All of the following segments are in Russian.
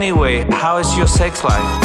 Anyway, how is your sex life?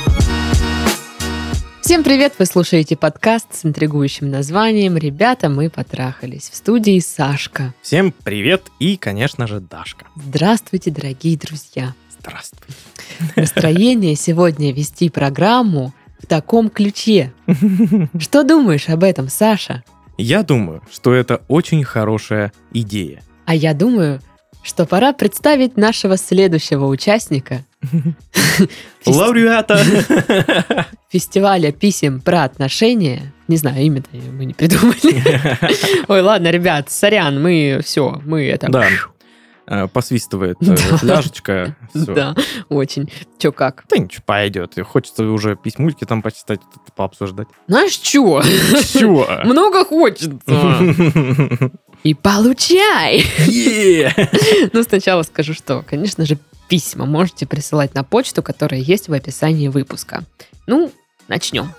Всем привет! Вы слушаете подкаст с интригующим названием «Ребята, мы потрахались». В студии Сашка. Всем привет и, конечно же, Дашка. Здравствуйте, дорогие друзья. Здравствуй. Настроение сегодня вести программу в таком ключе. Что думаешь об этом, Саша? Я думаю, что это очень хорошая идея. А я думаю, что пора представить нашего следующего участника Лауреата! фестиваля писем про отношения. Не знаю, имя-то мы не придумали. Ой, ладно, ребят, сорян, мы это... Да, посвистывает фляжечка. Всё. Да, очень. Чё как? Да ничего, пойдет. Хочется уже письмульки там почитать, пообсуждать. Знаешь, чё? Чё? Много хочется. И получай! Ну, сначала скажу, что, конечно же, письма можете присылать на почту, которая есть в описании выпуска. Ну, начнем.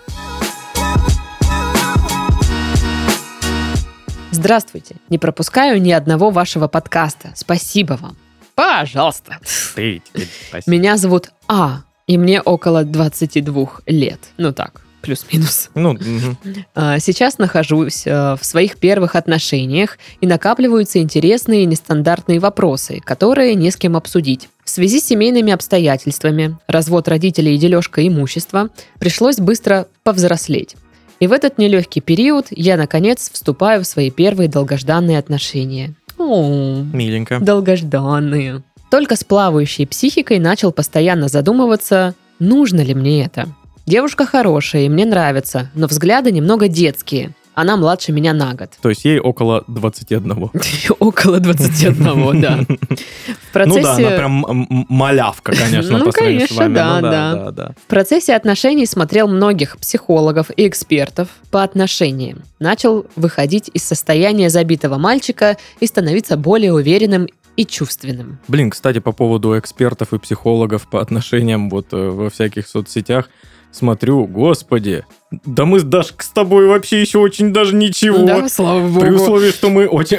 Здравствуйте. Не пропускаю ни одного вашего подкаста. Спасибо вам. Пожалуйста. Спасибо. Меня зовут А, и мне около 22 лет. Ну так, плюс-минус. Сейчас нахожусь в своих первых отношениях, и накапливаются интересные и нестандартные вопросы, которые не с кем обсудить. В связи с семейными обстоятельствами, развод родителей и дележка имущества, пришлось быстро повзрослеть. И в этот нелегкий период я, наконец, вступаю в свои первые долгожданные отношения. Миленько. Долгожданные. Только с плавающей психикой начал постоянно задумываться, нужно ли мне это. Девушка хорошая и мне нравится, но взгляды немного детские. Она младше меня на год. То есть ей около 21. Около 21, да. В процессе... Ну да, она прям малявка, конечно, по сравнению с вами. Да. В процессе отношений смотрел многих психологов и экспертов по отношениям. Начал выходить из состояния забитого мальчика и становиться более уверенным и чувственным. Блин, кстати, по поводу экспертов и психологов по отношениям вот во всяких соцсетях, смотрю, господи, да мы, Дашка, с тобой вообще еще очень даже ничего. Да, слава богу. При условии, что мы очень...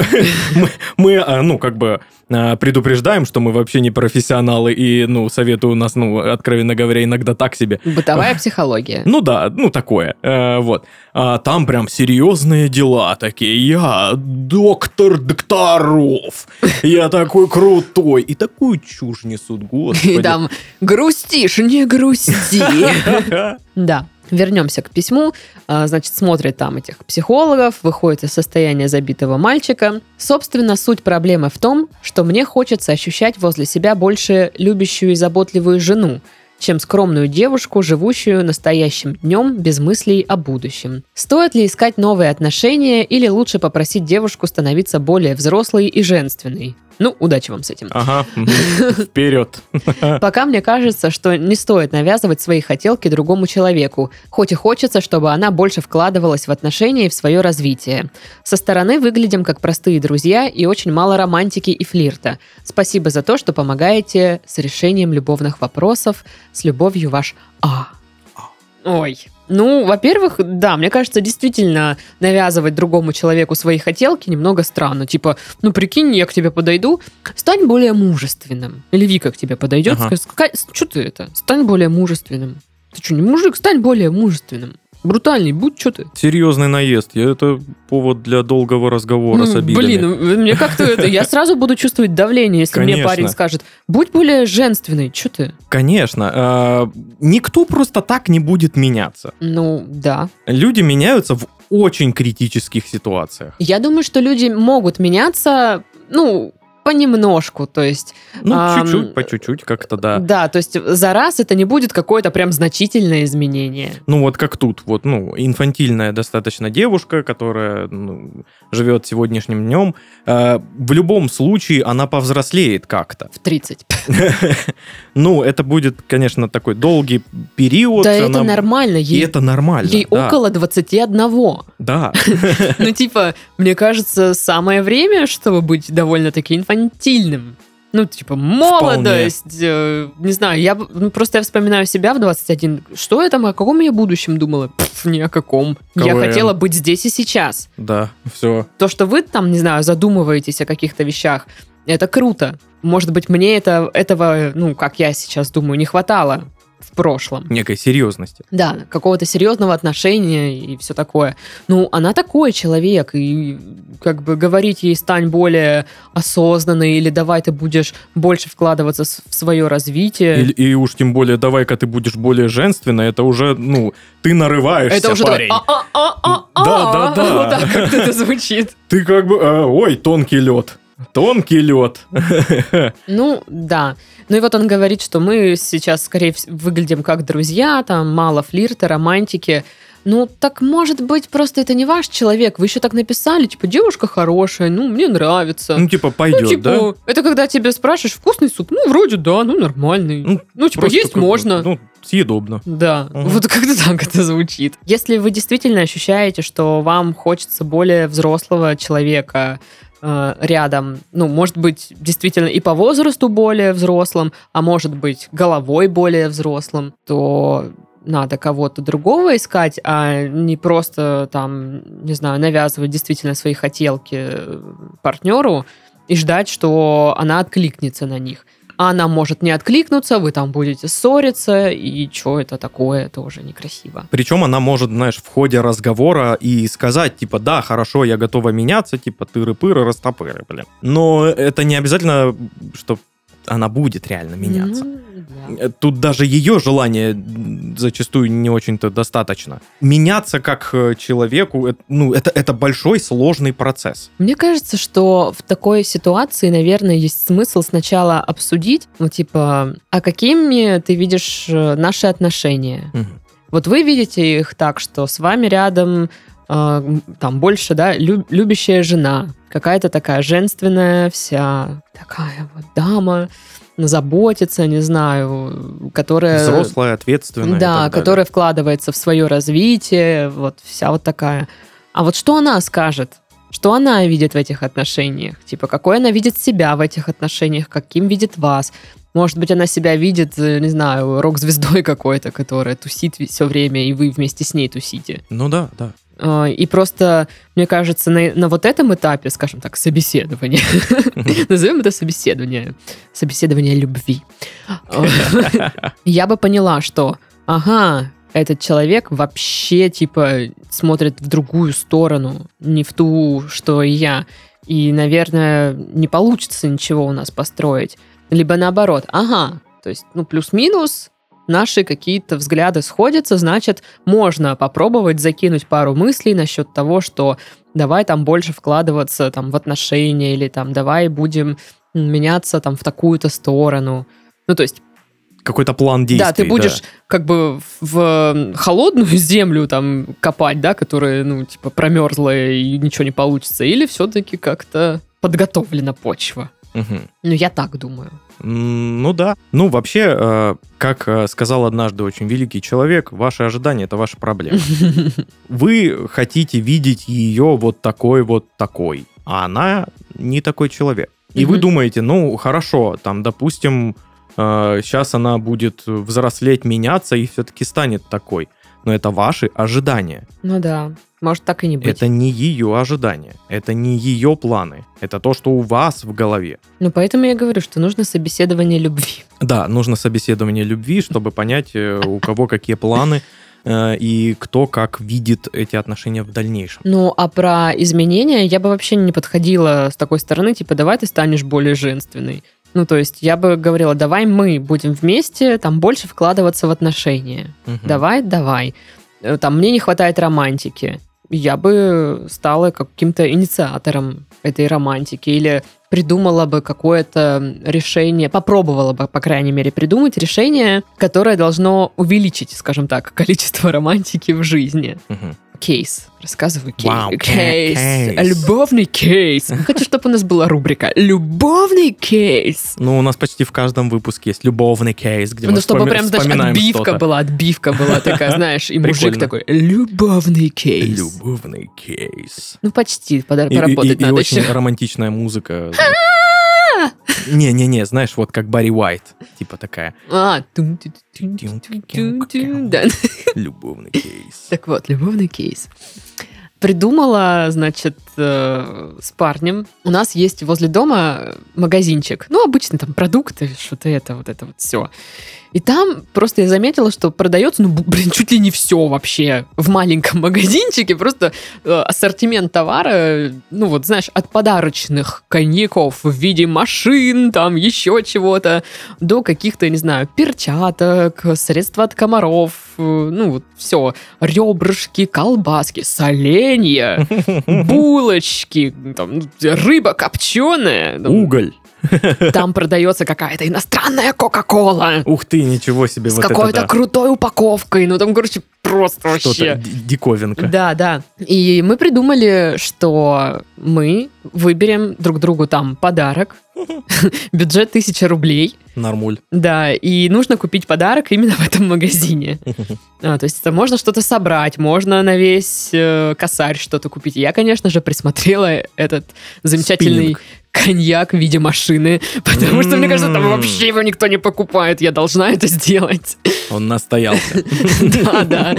предупреждаем, что мы вообще не профессионалы, и, советую нас, откровенно говоря, иногда так себе. Бытовая психология. Ну да, такое. Вот. А там прям серьезные дела такие. Я доктор докторов. Я такой крутой. И такую чушь несут, господи. И там грустишь, не грусти. Да. Вернемся к письму. Значит, смотрит там этих психологов, выходит из состояния забитого мальчика. Собственно, суть проблемы в том, что мне хочется ощущать возле себя больше любящую и заботливую жену, чем скромную девушку, живущую настоящим днем без мыслей о будущем. Стоит ли искать новые отношения или лучше попросить девушку становиться более взрослой и женственной? Ну, удачи вам с этим. Ага, вперед. Пока мне кажется, что не стоит навязывать свои хотелки другому человеку, хоть и хочется, чтобы она больше вкладывалась в отношения и в свое развитие. Со стороны выглядим как простые друзья и очень мало романтики и флирта. Спасибо за то, что помогаете с решением любовных вопросов. С любовью, ваш А. Ой. Ну, во-первых, да, мне кажется, действительно навязывать другому человеку свои хотелки немного странно. Типа, прикинь, я к тебе подойду, стань более мужественным. Или Вика к тебе подойдет, скажет, что ты это? Стань более мужественным. Ты что, не мужик? Стань более мужественным. Брутальный, будь, что ты. Серьезный наезд. Это повод для долгого разговора с обидами. Блин, мне как-то это... Я сразу буду чувствовать давление, если мне парень скажет, будь более женственный, что ты? Конечно. Никто просто так не будет меняться. Ну, да. Люди меняются в очень критических ситуациях. Я думаю, что люди могут меняться, понемножку, то есть... чуть-чуть, по чуть-чуть как-то, да. Да, то есть за раз это не будет какое-то прям значительное изменение. Вот как тут, инфантильная достаточно девушка, которая живет сегодняшним днем, в любом случае она повзрослеет как-то. В 30. Это будет, конечно, такой долгий период. Да, это нормально. И это нормально, ей около 21. Да. Мне кажется, самое время, чтобы быть довольно-таки инфантильным. Молодость, не знаю, я вспоминаю себя в 21. Что я там, о каком я будущем думала? Ни о каком. КВН. Я хотела быть здесь и сейчас. Да, все. То, что вы там, не знаю, задумываетесь о каких-то вещах, Это круто. Может быть, мне этого, ну, как я сейчас думаю, не хватало в прошлом. Некой серьезности. Да, какого-то серьезного отношения и все такое. Ну, она такой человек, и как бы говорить ей стань более осознанной или давай ты будешь больше вкладываться в свое развитие. И уж тем более давай-ка ты будешь более женственной, это уже, ну, ты нарываешься, Это уже парень. Да. Вот так как-то это звучит. Ты как бы, ой, тонкий лед. Тонкий лед. Ну, да. Ну и вот он говорит, что мы сейчас скорее выглядим как друзья, там мало флирта, романтики. Ну, так может быть, просто это не ваш человек. Вы еще так написали, типа, девушка хорошая, ну, мне нравится. Ну, типа, пойдет, ну, типа, да? Это когда тебе спрашиваешь, вкусный суп? Ну, вроде да, ну, нормальный. Ну типа, просто есть как бы, можно. Ну, съедобно. Да, Ага. вот как-то так это звучит. Если вы действительно ощущаете, что вам хочется более взрослого человека рядом, ну, может быть, действительно и по возрасту более взрослым, а может быть, головой более взрослым, то надо кого-то другого искать, а не просто там, не знаю, навязывать действительно свои хотелки партнеру и ждать, что она откликнется на них. А она может не откликнуться, вы там будете ссориться, и что это такое, тоже некрасиво. Причем она может, знаешь, в ходе разговора и сказать, типа, да, хорошо, я готова меняться, типа, тыры-пыры, растопыры, блин. Но это не обязательно, что она будет реально меняться. Ну, да. Тут даже ее желания зачастую не очень-то достаточно. Меняться как человеку, это большой сложный процесс. Мне кажется, что в такой ситуации, наверное, есть смысл сначала обсудить, ну, типа, а какими ты видишь наши отношения? Угу. Вот вы видите их так, что с вами рядом там больше, да, любящая жена, какая-то такая женственная вся, такая вот дама, заботится, не знаю, которая... Взрослая, ответственная. Да, которая вкладывается в свое развитие, вот вся вот такая. А вот что она скажет? Что она видит в этих отношениях? Типа, какой она видит себя в этих отношениях, каким видит вас? Может быть, она себя видит, не знаю, рок-звездой какой-то, которая тусит все время, и вы вместе с ней тусите. Ну да. И просто, мне кажется, на вот этом этапе, скажем так, собеседования, назовем это собеседование любви, я бы поняла, что, ага, этот человек вообще, типа, смотрит в другую сторону, не в ту, что и я, и, наверное, не получится ничего у нас построить. Либо наоборот, ага, то есть, ну, плюс-минус, наши какие-то взгляды сходятся, значит, можно попробовать закинуть пару мыслей насчет того, что давай там больше вкладываться там в отношения или там давай будем меняться там в такую-то сторону. Ну, то есть... Какой-то план действий. Да, ты будешь как бы в холодную землю там копать, да, которая, ну, типа, промерзла и ничего не получится, или все-таки как-то подготовлена почва. Угу. Ну, я так думаю. Ну да. Ну, вообще, как сказал однажды очень великий человек, ваши ожидания — это ваша проблема. Вы хотите видеть ее вот такой, а она не такой человек. И вы думаете, ну, хорошо, там, допустим, сейчас она будет взрослеть, меняться и все-таки станет такой. Но это ваши ожидания. Ну да, может так и не быть. Это не ее ожидания, это не ее планы. Это то, что у вас в голове. Ну, поэтому я говорю, что нужно собеседование любви. Да, нужно собеседование любви, чтобы понять, у кого какие планы и кто как видит эти отношения в дальнейшем. Ну, а про изменения я бы вообще не подходила с такой стороны, типа, давай ты станешь более женственной. Ну, то есть я бы говорила, давай мы будем вместе там больше вкладываться в отношения. Угу. Давай. Там мне не хватает романтики. Я бы стала каким-то инициатором этой романтики или придумала бы какое-то решение, попробовала бы, по крайней мере, придумать решение, которое должно увеличить, скажем так, количество романтики в жизни. Угу. Кейс. Рассказываю кейс. Вау, Кейс. кейс. Любовный кейс. Хочу, чтобы у нас была рубрика «Любовный кейс». Ну, у нас почти в каждом выпуске есть любовный кейс, где Ну, мы чтобы прям, даже вспоминаем отбивка что-то. была такая, знаешь, и мужик Прикольно. такой «Любовный кейс». Любовный кейс. Ну, почти, И поработать надо очень еще. романтичная музыка. Не, знаешь, вот как Барри Уайт. Типа такая. Да. Любовный кейс. Так вот, любовный кейс. придумала, значит, с парнем. У нас есть возле дома магазинчик. Ну, обычно там продукты, что-то это вот все. И там просто я заметила, что продается, чуть ли не все вообще в маленьком магазинчике. Просто ассортимент товара, знаешь, от подарочных коньяков в виде машин, там еще чего-то, до каких-то, не знаю, перчаток, средства от комаров, все. Ребрышки, колбаски, соленья, булочки, там, рыба копченая. Уголь. Там продается какая-то иностранная Кока-Кола. Ух ты, ничего себе. С какой-то крутой упаковкой. короче, просто что-то вообще. диковинка. Да. И мы придумали, что мы выберем друг другу там подарок. Бюджет 1000 рублей. Нормуль. Да, и нужно купить подарок именно в этом магазине. То есть это можно что-то собрать, можно на весь косарь что-то купить. Я, конечно же, присмотрела этот замечательный коньяк в виде машины, потому что, мне кажется, там вообще его никто не покупает. Я должна это сделать. Он настоялся. Да.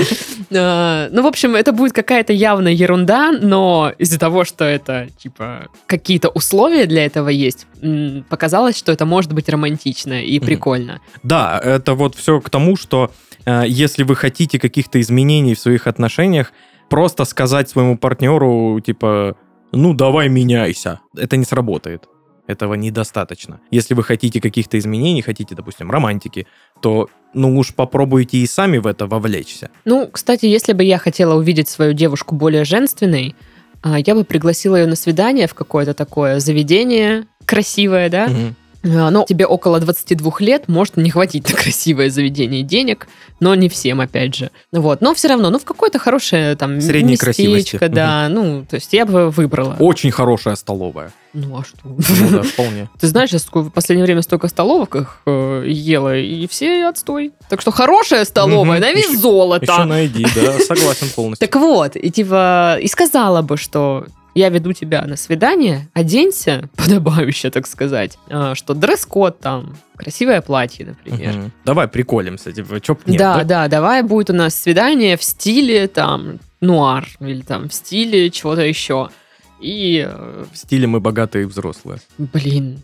В общем, это будет какая-то явная ерунда, но из-за того, что это, типа, какие-то условия для этого есть, показалось, что это может быть романтично и прикольно. Да, это вот все к тому, что если вы хотите каких-то изменений в своих отношениях, просто сказать своему партнеру, типа, давай меняйся. Это не сработает. Этого недостаточно. Если вы хотите каких-то изменений, хотите, допустим, романтики, то, уж попробуйте и сами в это вовлечься. Кстати, если бы я хотела увидеть свою девушку более женственной, я бы пригласила ее на свидание в какое-то такое заведение красивое, да? Но тебе около 22 лет может не хватить на красивое заведение денег, но не всем, опять же. Но все равно, в какое-то хорошее там средней местечко, красивости. Да, то есть я бы выбрала. Очень хорошая столовая. А что? Да, вполне. Ты знаешь, я в последнее время столько столовок ела, и все отстой. Так что хорошая столовая, на вес золота. Еще найди, да, согласен полностью. Так вот, и сказала бы, что я веду тебя на свидание, оденься подобающе, так сказать, что дресс-код там, красивое платье, например. Давай приколимся, типа, чё б нет, да, давай будет у нас свидание в стиле там нуар или там в стиле чего-то еще. И... В стиле мы богатые и взрослые. Блин.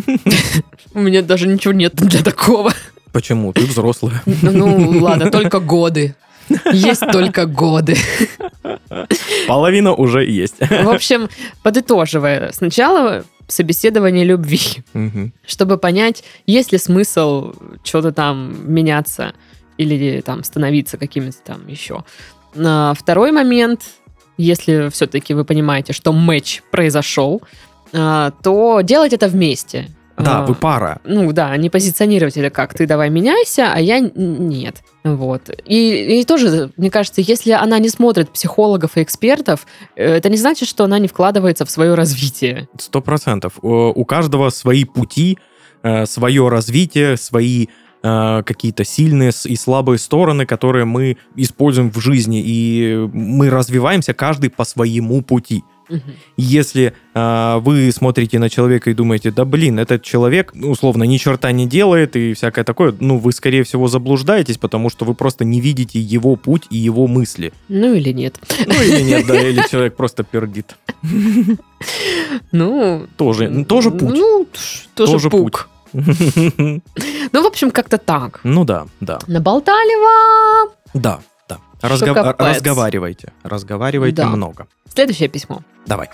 У меня даже ничего нет для такого. Почему? Ты взрослая. Ладно, только годы. Есть только годы. Половина уже есть. В общем, подытоживая, сначала собеседование любви, чтобы понять, есть ли смысл что-то там меняться или там становиться какими-то там еще. Второй момент, если все-таки вы понимаете, что матч произошел, то делать это вместе. Да, вы пара. Не позиционировать это как «ты давай меняйся, а я нет». Вот. И тоже, мне кажется, если она не смотрит психологов и экспертов, это не значит, что она не вкладывается в свое развитие. 100%. У каждого свои пути, свое развитие, свои какие-то сильные и слабые стороны, которые мы используем в жизни, и мы развиваемся каждый по своему пути. Если вы смотрите на человека и думаете, да блин, этот человек, условно, ни черта не делает и всякое такое, вы, скорее всего, заблуждаетесь, потому что вы просто не видите его путь и его мысли. Или нет. Или нет, да, или человек просто пердит. Тоже путь. Тоже путь. В общем, как-то так. Да. Наболтали вам. Да. Разговаривайте много. Следующее письмо. Давай.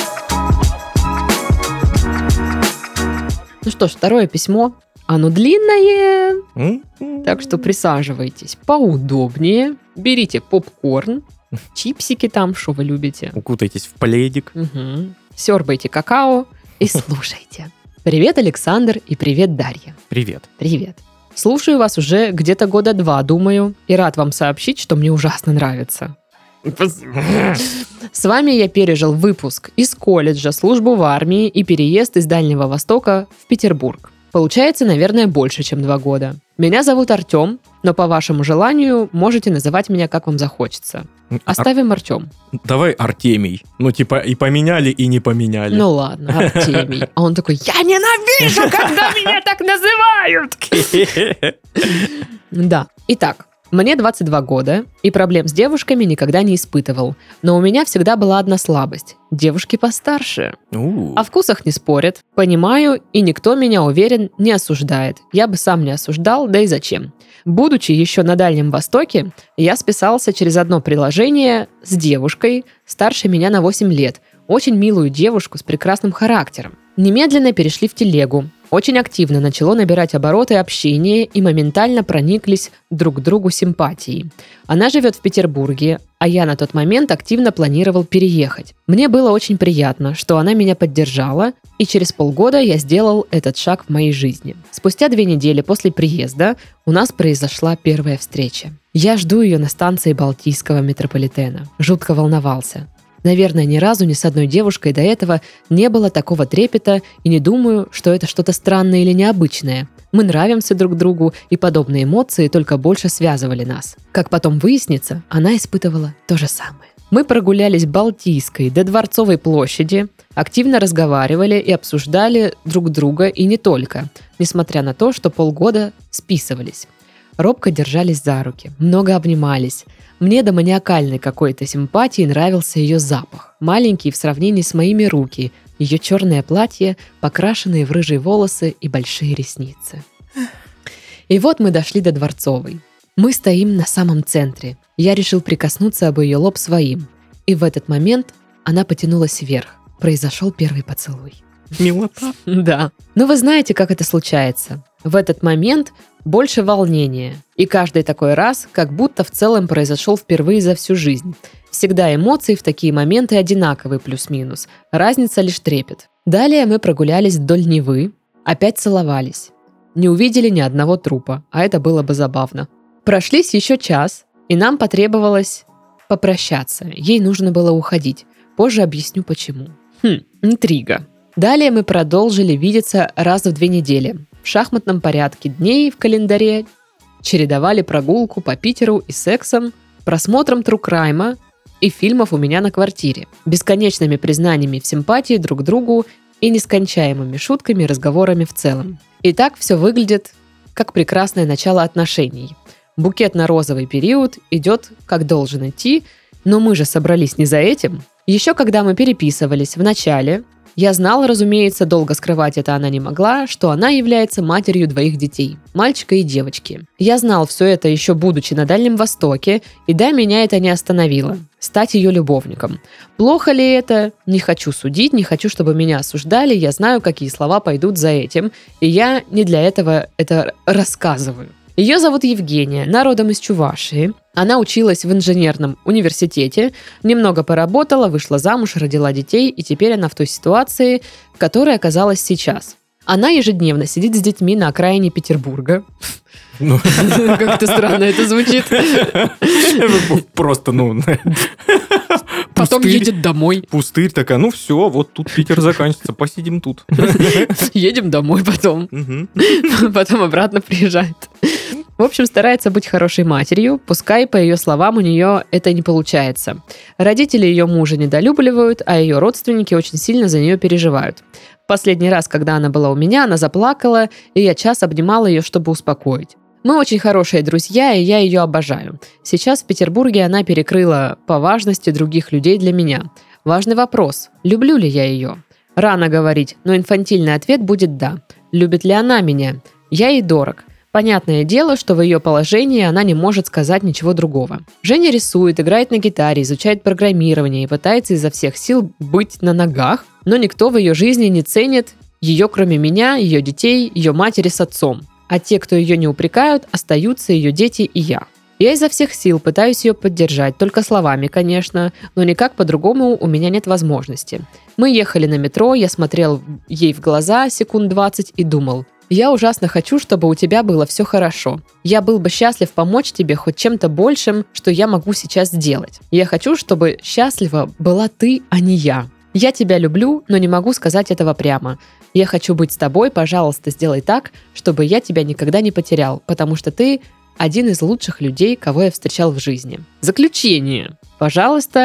Что ж, второе письмо. Оно длинное, так что присаживайтесь поудобнее, берите попкорн, чипсики там, что вы любите. Укутайтесь в пледик. Сёрбайте какао и слушайте. Привет, Александр, и привет, Дарья. Привет. Привет. Слушаю вас уже где-то года 2, думаю, и рад вам сообщить, что мне ужасно нравится. С вами я пережил выпуск из колледжа, службу в армии и переезд из Дальнего Востока в Петербург. Получается, наверное, больше, чем 2 года. Меня зовут Артем, но по вашему желанию можете называть меня, как вам захочется. Оставим Артем. Давай Артемий. И поменяли, и не поменяли. Ладно, Артемий. А он такой, я ненавижу, когда меня так называют! Да. Итак, Мне 22 года, и проблем с девушками никогда не испытывал. Но у меня всегда была одна слабость – девушки постарше. О вкусах не спорят, понимаю, и никто меня, уверен, не осуждает. Я бы сам не осуждал, да и зачем. Будучи еще на Дальнем Востоке, я списался через одно приложение с девушкой, старше меня на 8 лет. Очень милую девушку с прекрасным характером. Немедленно перешли в телегу. Очень активно начало набирать обороты общения и моментально прониклись друг к другу симпатией. Она живет в Петербурге, а я на тот момент активно планировал переехать. Мне было очень приятно, что она меня поддержала, и через полгода я сделал этот шаг в моей жизни. Спустя 2 недели после приезда у нас произошла первая встреча. Я жду ее на станции Балтийского метрополитена. Жутко волновался. Наверное, ни разу ни с одной девушкой до этого не было такого трепета, и не думаю, что это что-то странное или необычное. Мы нравимся друг другу, и подобные эмоции только больше связывали нас. Как потом выяснится, она испытывала то же самое. Мы прогулялись Балтийской до Дворцовой площади, активно разговаривали и обсуждали друг друга, и не только, несмотря на то, что полгода списывались. Робко держались за руки, много обнимались. Мне до маниакальной какой-то симпатии нравился ее запах. Маленький в сравнении с моими руки, ее черное платье, покрашенные в рыжие волосы и большие ресницы. И вот мы дошли до Дворцовой. Мы стоим на самом центре. Я решил прикоснуться об ее лоб своим. И в этот момент она потянулась вверх. Произошел первый поцелуй. Милота. Да. Но вы знаете, как это случается. В этот момент больше волнения. И каждый такой раз как будто в целом произошел впервые за всю жизнь. Всегда эмоции в такие моменты одинаковые плюс-минус. Разница лишь трепет. Далее мы прогулялись вдоль Невы, опять целовались. Не увидели ни одного трупа, а это было бы забавно. Прошлись еще час, и нам потребовалось попрощаться. Ей нужно было уходить. Позже объясню почему. Интрига. Далее мы продолжили видеться раз в 2 недели. В шахматном порядке дней в календаре чередовали прогулку по Питеру и сексом, просмотром true crime и фильмов у меня на квартире, бесконечными признаниями в симпатии друг к другу и нескончаемыми шутками и разговорами в целом. И так все выглядит как прекрасное начало отношений. Букетно-розовый период идет как должен идти, но мы же собрались не за этим. Еще когда мы переписывались в начале, я знал, разумеется, долго скрывать это она не могла, что она является матерью 2 детей, мальчика и девочки. Я знал все это еще будучи на Дальнем Востоке, и да, меня это не остановило. Стать ее любовником. Плохо ли это? Не хочу судить, не хочу, чтобы меня осуждали, я знаю, какие слова пойдут за этим, и я не для этого это рассказываю. Ее зовут Евгения, она родом из Чувашии. Она училась в инженерном университете, немного поработала, вышла замуж, родила детей, и теперь она в той ситуации, в которой оказалась сейчас. Она ежедневно сидит с детьми на окраине Петербурга. Как-то странно это звучит. Просто, Потом едет домой. Пустырь такая, все, вот тут Питер заканчивается, посидим тут. Едем домой потом. Потом обратно приезжает. В общем, старается быть хорошей матерью, пускай, по ее словам, у нее это не получается. Родители ее мужа недолюбливают, а ее родственники очень сильно за нее переживают. Последний раз, когда она была у меня, она заплакала, и я час обнимала ее, чтобы успокоить. Мы очень хорошие друзья, и я ее обожаю. Сейчас в Петербурге она перекрыла по важности других людей для меня. Важный вопрос – люблю ли я ее? Рано говорить, но инфантильный ответ будет «да». Любит ли она меня? Я ей дорог. Понятное дело, что в ее положении она не может сказать ничего другого. Женя рисует, играет на гитаре, изучает программирование и пытается изо всех сил быть на ногах, но никто в ее жизни не ценит ее, кроме меня, ее детей, ее матери с отцом. А те, кто ее не упрекают, остаются ее дети и я. Я изо всех сил пытаюсь ее поддержать, только словами, конечно, но никак по-другому у меня нет возможности. Мы ехали на метро, я смотрел ей в глаза секунд 20 и думал: я ужасно хочу, чтобы у тебя было все хорошо. Я был бы счастлив помочь тебе хоть чем-то большим, что я могу сейчас сделать. Я хочу, чтобы счастлива была ты, а не я. Я тебя люблю, но не могу сказать этого прямо. Я хочу быть с тобой, пожалуйста, сделай так, чтобы я тебя никогда не потерял, потому что ты один из лучших людей, кого я встречал в жизни. Заключение. Пожалуйста,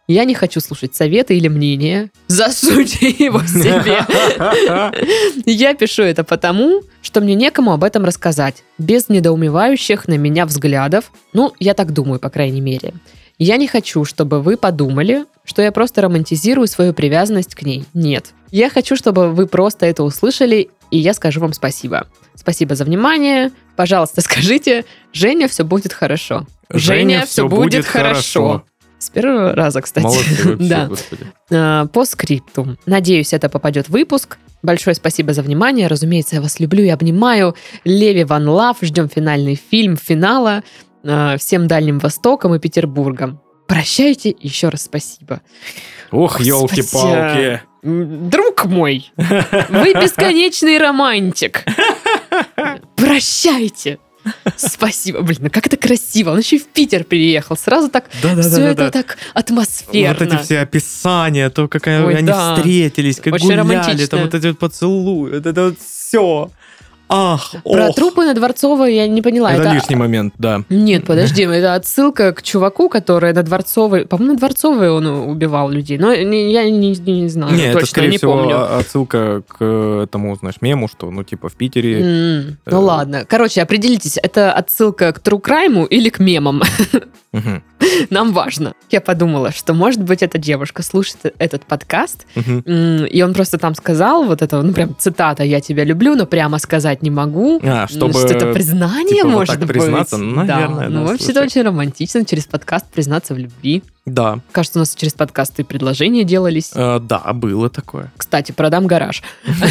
Я не хочу слушать советы или мнения. Засуньте его себе. Я пишу это потому, что мне некому об этом рассказать. Без недоумевающих на меня взглядов. Ну, я так думаю, по крайней мере. Я не хочу, чтобы вы подумали, что я просто романтизирую свою привязанность к ней. Нет. Я хочу, чтобы вы просто это услышали, и я скажу вам спасибо. Спасибо за внимание. Пожалуйста, скажите, Женя, все будет хорошо. Женя, все будет хорошо. С первого раза, кстати. Молодцы вообще, Да. господи. По скрипту. Надеюсь, это попадет в выпуск. Большое спасибо за внимание. Разумеется, я вас люблю и обнимаю. Леви Ван Лав. Ждем финальный фильм финала. Всем Дальним Востоком и Петербургом. Прощайте. Еще раз спасибо. Ох, Господи. елки-палки. Друг мой, вы бесконечный романтик. Прощайте. Спасибо. Блин, ну как это красиво. Он еще и в Питер переехал. Сразу так все это так атмосферно. Вот эти все описания, то, как Ой, они да. встретились, как Очень гуляли, романтично. там вот эти вот поцелуи, вот это вот все. Ах, Про ох. трупы на Дворцовой я не поняла. Это лишний момент, да. Нет, подожди, это отсылка к чуваку, который на Дворцовой... По-моему, на Дворцовой он убивал людей, но я не знаю, Не, это, точно, скорее не всего, помню. отсылка к тому, знаешь, мему, что, ну, типа, в Питере... Ну ладно. Короче, определитесь, это отсылка к True Crime или к мемам? Мгм, Нам важно. Я подумала, что, может быть, эта девушка слушает этот подкаст, мгм. и он просто там сказал вот это, ну, прям цитата «Я тебя люблю, но прямо сказать не могу». Чтобы... Что это признание, типа, вот может так быть. признаться? Ну, наверное, Ну, да, вообще-то слушай. очень романтично через подкаст признаться в любви. Да, Кажется, у нас через подкасты предложения делались. да, было такое. Кстати, продам гараж.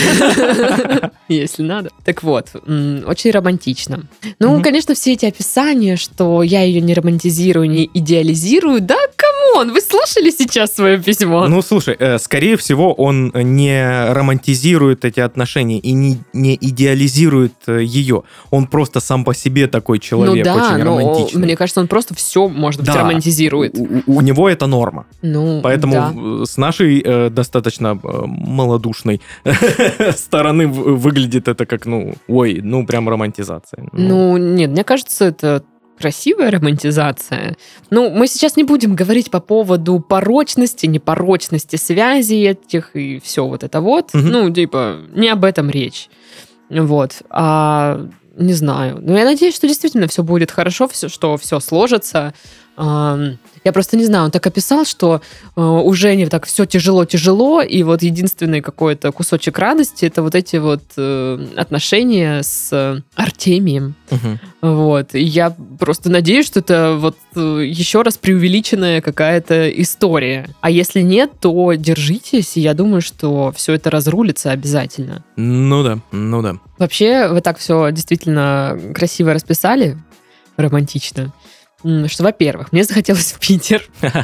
Если надо. Так вот, очень романтично. Ну, Мгм. конечно, все эти описания, что я ее не романтизирую, не идеализирую. Да, камон, вы слушали сейчас свое письмо? Ну, слушай, скорее всего, он не романтизирует эти отношения и не идеализирует ее. Он просто сам по себе такой человек, ну да, очень но романтичный. мне кажется, он просто все, может быть, Да. романтизирует. У него это норма. Ну, Поэтому да. с нашей достаточно малодушной стороны выглядит это как, ну, ой, ну, прям романтизация. Ну, нет, мне кажется, это красивая романтизация. Ну, мы сейчас не будем говорить по поводу порочности, непорочности связей этих и все вот это вот. Мгм. Ну, типа, не об этом речь. Вот. Не знаю. Но я надеюсь, что действительно все будет хорошо, что все сложится. Я просто не знаю, он так описал, что у Жени так все тяжело-тяжело, и вот единственный какой-то кусочек радости — это вот эти вот отношения с Артемием. Мгм. Вот. И я просто надеюсь, что это вот еще раз преувеличенная какая-то история. А если нет, то держитесь, и я думаю, что все это разрулится обязательно. Ну да. Вообще, вы так все действительно красиво расписали, романтично, что, во-первых, мне захотелось в Питер.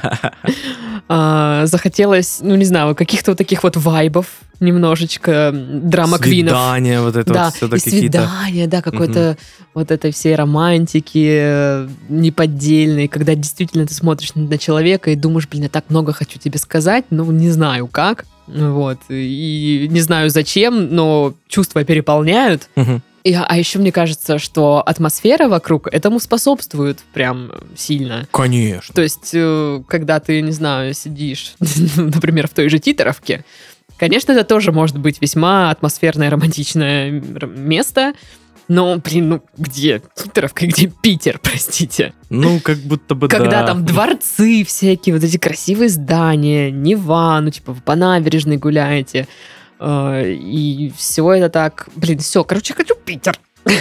Захотелось, ну, не знаю, каких-то вот таких вот вайбов немножечко, драма-квинов. Свидания, вот это Да, вот все и свидания, да, какой-то вот этой всей романтики неподдельной, когда действительно ты смотришь на человека и думаешь, блин, я так много хочу тебе сказать, но не знаю как, вот, и не знаю зачем, но чувства переполняют. А еще мне кажется, что атмосфера вокруг этому способствует прям сильно. Конечно. То есть, когда ты, не знаю, сидишь, например, в той же Титаровке, конечно, это тоже может быть весьма атмосферное, романтичное место, но, блин, ну где Титаровка, где Питер, простите? Ну, как будто бы Когда да. там дворцы всякие, вот эти красивые здания, Нева, ну, типа, вы по набережной гуляете, и все это так... Блин, все, короче, я хочу Питер.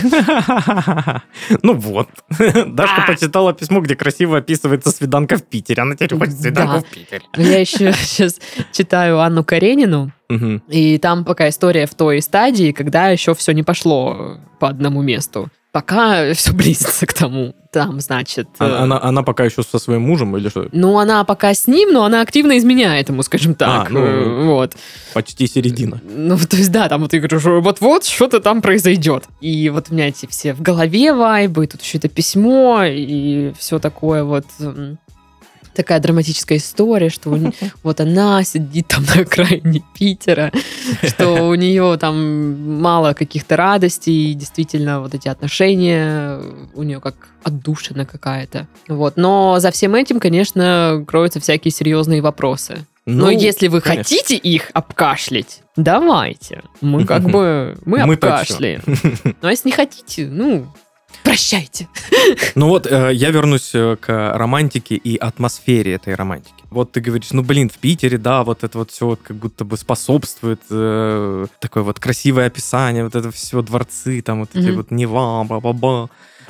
Ну вот. Дашка почитала письмо, где красиво описывается свиданка в Питере. Она теперь хочет свиданку Да. в Питере. Я еще сейчас читаю Анну Каренину, Мгм. и там пока история в той стадии, когда еще все не пошло по одному месту. Пока все близится к тому. Там, значит... Она пока еще со своим мужем или что? Ну, она пока с ним, но она активно изменяет ему, скажем так. Вот. Почти середина. Ну, то есть, да, там вот я говорю, что вот что-то там произойдет. И вот у меня эти все в голове вайбы, тут еще это письмо, и все такое вот... такая драматическая история, что вот она сидит там на окраине Питера, что у нее там мало каких-то радостей, и действительно вот эти отношения у нее как отдушина какая-то. Вот. Но за всем этим, конечно, кроются всякие серьезные вопросы. Но если вы хотите их обкашлять, давайте. Мы как бы, мы обкашляем. Ну, а если не хотите, прощайте. Ну вот, я вернусь к романтике и атмосфере этой романтики. Вот ты говоришь, в Питере, да, вот это вот все вот как будто бы способствует, такое вот красивое описание, вот это все дворцы, там вот эти вот Нева, ба-ба-ба.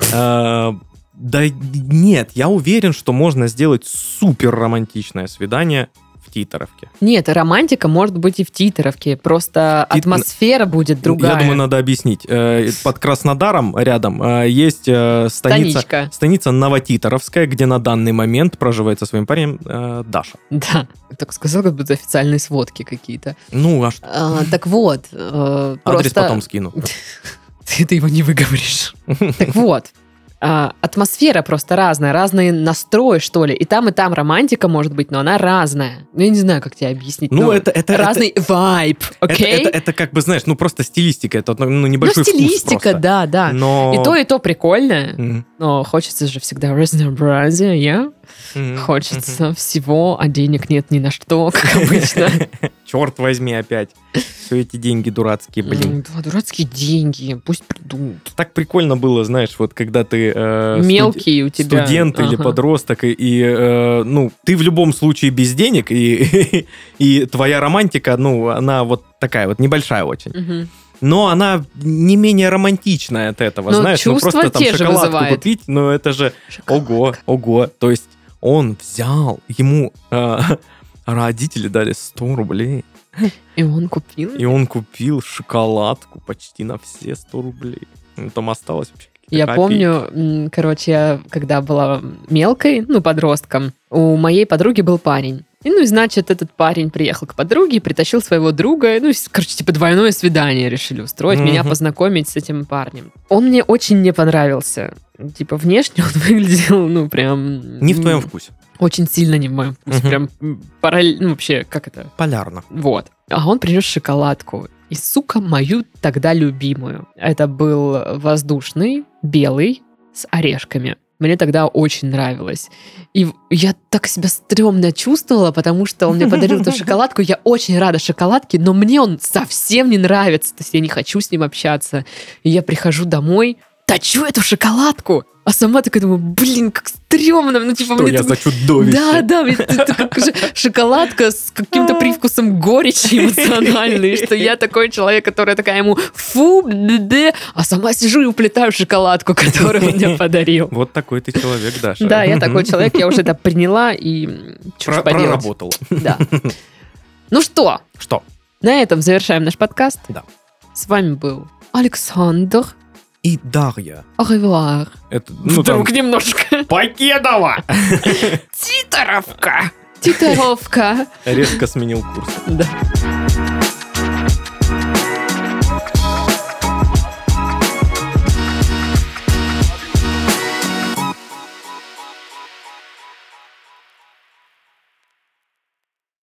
Да нет, я уверен, что можно сделать супер романтичное свидание в Титеровке. Нет, романтика может быть и в Титеровке, просто атмосфера будет другая. Я думаю, надо объяснить. Под Краснодаром рядом есть станица Новотитеровская, где на данный момент проживает со своим парнем Даша. Да, так сказал, как будто официальные сводки какие-то. Ну, а что? Так вот. Адрес потом скину. Ты его не выговоришь. Так вот. Атмосфера просто разная, разные настрои, что ли. И там романтика может быть, но она разная. Я не знаю, как тебе объяснить. Это разный вайб, окей? Это как бы, знаешь, просто стилистика, это небольшой вкус стилистика, просто. да. Но... И то прикольно, но хочется же всегда разнообразия. Хочется всего, а денег нет ни на что, как обычно. Черт возьми опять. Все эти деньги дурацкие, блин. Да, дурацкие деньги, пусть придут. Так прикольно было, знаешь, вот когда ты мелкий у тебя студент или подросток, и ты в любом случае без денег, и твоя романтика, она вот такая вот небольшая очень. Но она не менее романтичная от этого, знаешь, просто там шоколадку купить, это же ого. То есть он взял, ему родители дали 100 рублей. И он купил? И он купил шоколадку почти на все 100 рублей. Там осталось вообще какие-то копейки. Помню, я когда была мелкой, подростком, у моей подруги был парень. И, значит, этот парень приехал к подруге и притащил своего друга. Двойное свидание решили устроить, меня познакомить с этим парнем. Он мне очень не понравился. Внешне он выглядел, прям... Не в твоем вкусе. Очень сильно не в моем вкусе. Прям параллельно, вообще, как это? Полярно. Вот. А он принес шоколадку. И, мою тогда любимую. Это был воздушный, белый, с орешками. Мне тогда очень нравилось. И я так себя стрёмно чувствовала, потому что он мне подарил эту шоколадку. Я очень рада шоколадке, но мне он совсем не нравится. То есть я не хочу с ним общаться. И я прихожу домой, точу эту шоколадку, а сама такая думаю, как стрёмно. Что мне я за чудовище? Да, ведь это как же шоколадка с каким-то привкусом горечи эмоциональной, что я такой человек, который такая ему фу, а сама сижу и уплетаю шоколадку, которую он мне подарил. Вот такой ты человек, Даша. Да, я такой человек, я уже это приняла и что ж поделать. Проработала. Да. Ну что? Что? На этом завершаем наш подкаст. Да. С вами был Александр и Дарья. Au revoir. Это, вдруг немножко. Покедова! Титеровка. Резко сменил курс. Да.